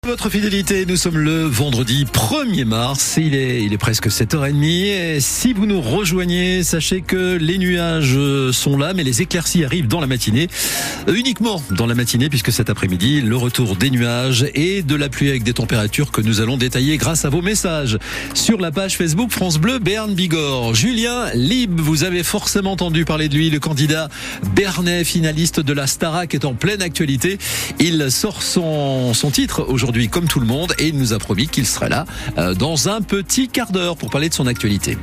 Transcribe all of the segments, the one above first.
Votre fidélité, nous sommes le vendredi 1er mars, il est presque 7h30 et si vous nous rejoignez, sachez que les nuages sont là mais les éclaircies arrivent dans la matinée, uniquement dans la matinée puisque cet après-midi, le retour des nuages et de la pluie avec des températures que nous allons détailler grâce à vos messages sur la page Facebook France Bleu Béarn Bigorre. Julien Lib, vous avez forcément entendu parler de lui, le candidat béarnais finaliste de la Starac est en pleine actualité. Il sort son titre aujourd'hui comme tout le monde et il nous a promis qu'il serait là dans un petit quart d'heure pour parler de son actualité.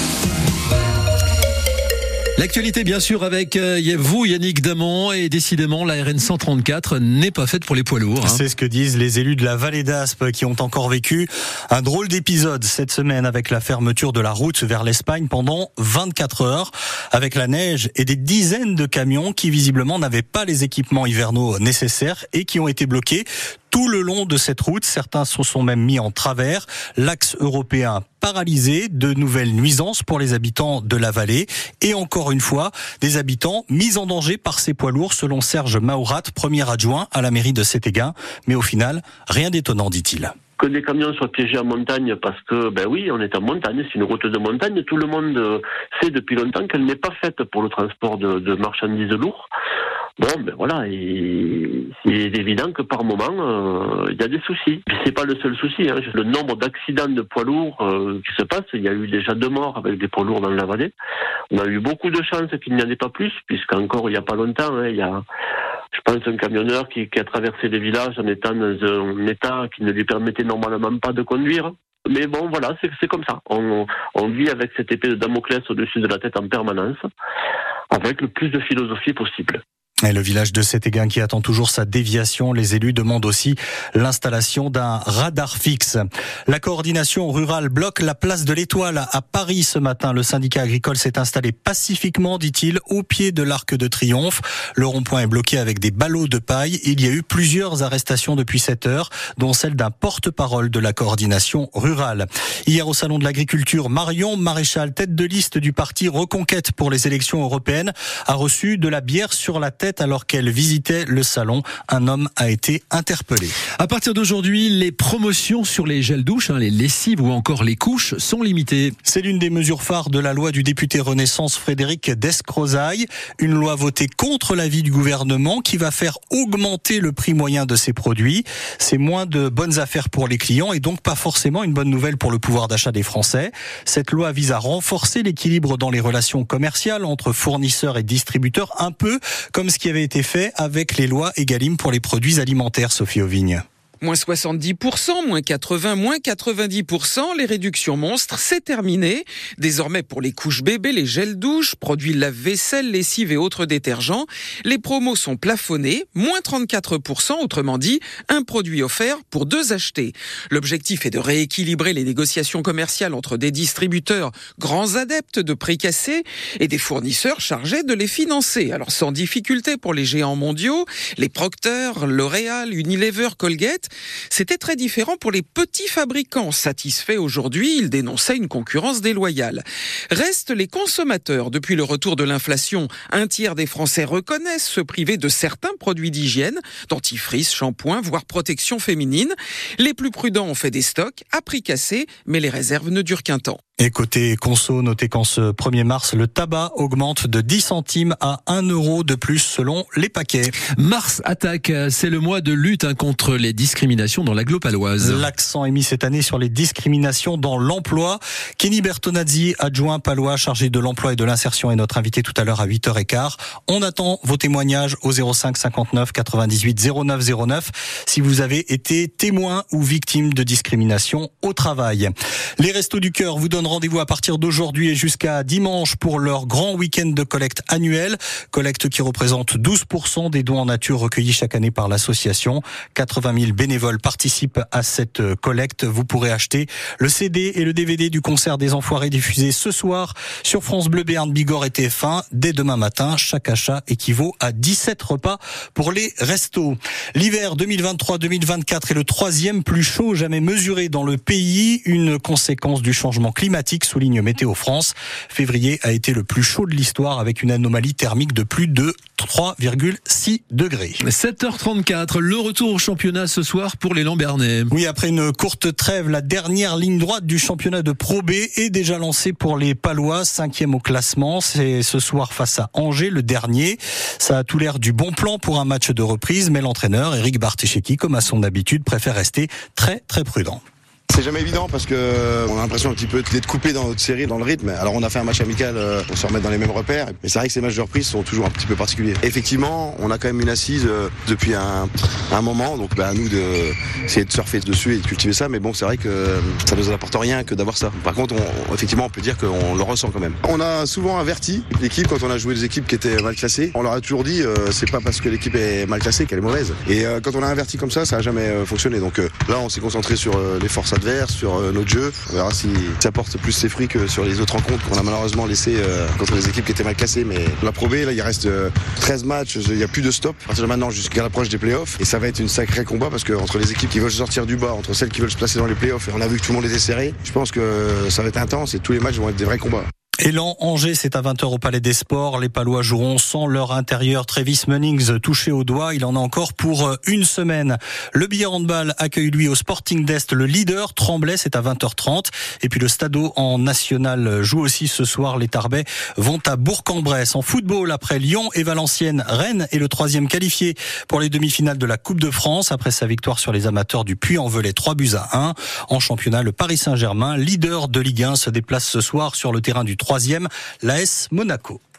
L'actualité bien sûr avec vous Yannick Damon et décidément la RN 134 n'est pas faite pour les poids lourds. C'est ce que disent les élus de la vallée d'Aspe qui ont encore vécu un drôle d'épisode cette semaine avec la fermeture de la route vers l'Espagne pendant 24 heures avec la neige et des dizaines de camions qui visiblement n'avaient pas les équipements hivernaux nécessaires et qui ont été bloqués tout le long de cette route. Certains se sont même mis en travers. L'axe européen paralysé, de nouvelles nuisances pour les habitants de la vallée et encore une fois, des habitants mis en danger par ces poids lourds selon Serge Maurat, premier adjoint à la mairie de Sétéguin. Mais au final, rien d'étonnant, dit-il. Que les camions soient piégés en montagne parce que, oui, on est en montagne, c'est une route de montagne. Tout le monde sait depuis longtemps qu'elle n'est pas faite pour le transport de marchandises lourdes. Voilà, et c'est évident que par moment, il y a des soucis. Puis c'est pas le seul souci, hein. Le nombre d'accidents de poids lourds qui se passent, il y a eu déjà 2 morts avec des poids lourds dans la vallée. On a eu beaucoup de chance qu'il n'y en ait pas plus, puisqu'encore il n'y a pas longtemps, il y a, je pense, un camionneur qui a traversé les villages en étant dans un état qui ne lui permettait normalement pas de conduire. Mais bon, voilà, c'est comme ça. On vit avec cette épée de Damoclès au-dessus de la tête en permanence, avec le plus de philosophie possible. Et le village de Sétéguin qui attend toujours sa déviation. Les élus demandent aussi l'installation d'un radar fixe. La coordination rurale bloque la place de l'Étoile à Paris ce matin. Le syndicat agricole s'est installé pacifiquement, dit-il, au pied de l'Arc de Triomphe. Le rond-point est bloqué avec des ballots de paille. Il y a eu plusieurs arrestations depuis 7 heures, dont celle d'un porte-parole de la coordination rurale. Hier au salon de l'agriculture, Marion Maréchal, tête de liste du parti Reconquête pour les élections européennes, a reçu de la bière sur la tête alors qu'elle visitait le salon. Un homme a été interpellé. À partir d'aujourd'hui, les promotions sur les gels douches, les lessives ou encore les couches sont limitées. C'est l'une des mesures phares de la loi du député Renaissance Frédéric Descrozaille. Une loi votée contre l'avis du gouvernement qui va faire augmenter le prix moyen de ces produits. C'est moins de bonnes affaires pour les clients et donc pas forcément une bonne nouvelle pour le pouvoir d'achat des Français. Cette loi vise à renforcer l'équilibre dans les relations commerciales entre fournisseurs et distributeurs, un peu comme ce qui avait été fait avec les lois Egalim pour les produits alimentaires, Sophie Auvigne. Moins 70%, moins 80%, moins 90%, les réductions monstres, c'est terminé. Désormais, pour les couches bébés, les gels douche, produits lave-vaisselle, lessive et autres détergents, les promos sont plafonnés, moins 34%, autrement dit, un produit offert pour 2 achetés. L'objectif est de rééquilibrer les négociations commerciales entre des distributeurs grands adeptes de prix cassés et des fournisseurs chargés de les financer. Alors, sans difficulté pour les géants mondiaux, les Procter, L'Oréal, Unilever, Colgate. C'était très différent pour les petits fabricants. Satisfaits aujourd'hui, ils dénonçaient une concurrence déloyale. Restent les consommateurs. Depuis le retour de l'inflation, 1/3 des Français reconnaissent se priver de certains produits d'hygiène, dentifrice, shampoing, voire protection féminine. Les plus prudents ont fait des stocks à prix cassé, mais les réserves ne durent qu'un temps. Et côté conso, notez qu'en ce 1er mars, le tabac augmente de 10 centimes à 1 euro de plus selon les paquets. Mars attaque, c'est le mois de lutte contre les discriminations dans l'agglo paloise. L'accent est mis cette année sur les discriminations dans l'emploi. Kenny Bertonazzi, adjoint palois chargé de l'emploi et de l'insertion, est notre invité tout à l'heure à 8h15. On attend vos témoignages au 05 59 98 09 09 si vous avez été témoin ou victime de discrimination au travail. Les Restos du Cœur vous donnent rendez-vous à partir d'aujourd'hui et jusqu'à dimanche pour leur grand week-end de collecte annuel. Collecte qui représente 12% des dons en nature recueillis chaque année par l'association. 80 000 bénévoles participent à cette collecte. Vous pourrez acheter le CD et le DVD du concert des Enfoirés diffusé ce soir sur France Bleu Béarn Bigorre et TF1 dès demain matin. Chaque achat équivaut à 17 repas pour les restos. L'hiver 2023-2024 est le 3e plus chaud jamais mesuré dans le pays, une conséquence du changement climatique climatique, souligne Météo France. Février a été le plus chaud de l'histoire avec une anomalie thermique de plus de 3,6 degrés. 7h34, le retour au championnat ce soir pour les Lambernais. Oui, après une courte trêve, la dernière ligne droite du championnat de Pro B est déjà lancée pour les Palois, 5e au classement. C'est ce soir face à Angers, le dernier. Ça a tout l'air du bon plan pour un match de reprise, mais l'entraîneur, Eric Barthécheki, comme à son habitude, préfère rester très très prudent. C'est jamais évident parce que on a l'impression un petit peu d'être coupé dans notre série, dans le rythme. Alors on a fait un match amical pour se remettre dans les mêmes repères, mais c'est vrai que ces matchs de reprise sont toujours un petit peu particuliers. Effectivement, on a quand même une assise depuis un moment, donc à nous d'essayer de surfer dessus et de cultiver ça, mais bon, c'est vrai que ça nous apporte rien que d'avoir ça. Par contre, effectivement, on peut dire qu'on le ressent quand même. On a souvent averti l'équipe quand on a joué des équipes qui étaient mal classées. On leur a toujours dit, c'est pas parce que l'équipe est mal classée qu'elle est mauvaise. Et quand on a averti comme ça a jamais fonctionné. Donc là, on s'est concentré sur les forces adverses, sur notre jeu. On verra si ça porte plus ses fruits que sur les autres rencontres qu'on a malheureusement laissées contre les équipes qui étaient mal classées. Mais la Pro B, là, il reste 13 matchs, il n'y a plus de stop. À partir de maintenant jusqu'à l'approche des playoffs. Et ça va être une sacrée combat parce que entre les équipes qui veulent sortir du bas, entre celles qui veulent se placer dans les playoffs, et on a vu que tout le monde était serré. Je pense que ça va être intense et tous les matchs vont être des vrais combats. Élan Angers, c'est à 20h au Palais des Sports. Les Palois joueront sans leur intérieur Travis Munnings touché au doigt. Il en a encore pour une semaine. Le billard handball accueille lui au Sporting d'Est le leader Tremblay, c'est à 20h30. Et puis le Stadeau en national joue aussi ce soir. Les Tarbais vont à Bourg-en-Bresse. En football, après Lyon et Valenciennes, Rennes est le 3e qualifié pour les demi-finales de la Coupe de France après sa victoire sur les amateurs du Puy-en-Velay 3-1. En championnat, le Paris Saint-Germain, leader de Ligue 1, se déplace ce soir sur le terrain du 3e, l'AS Monaco.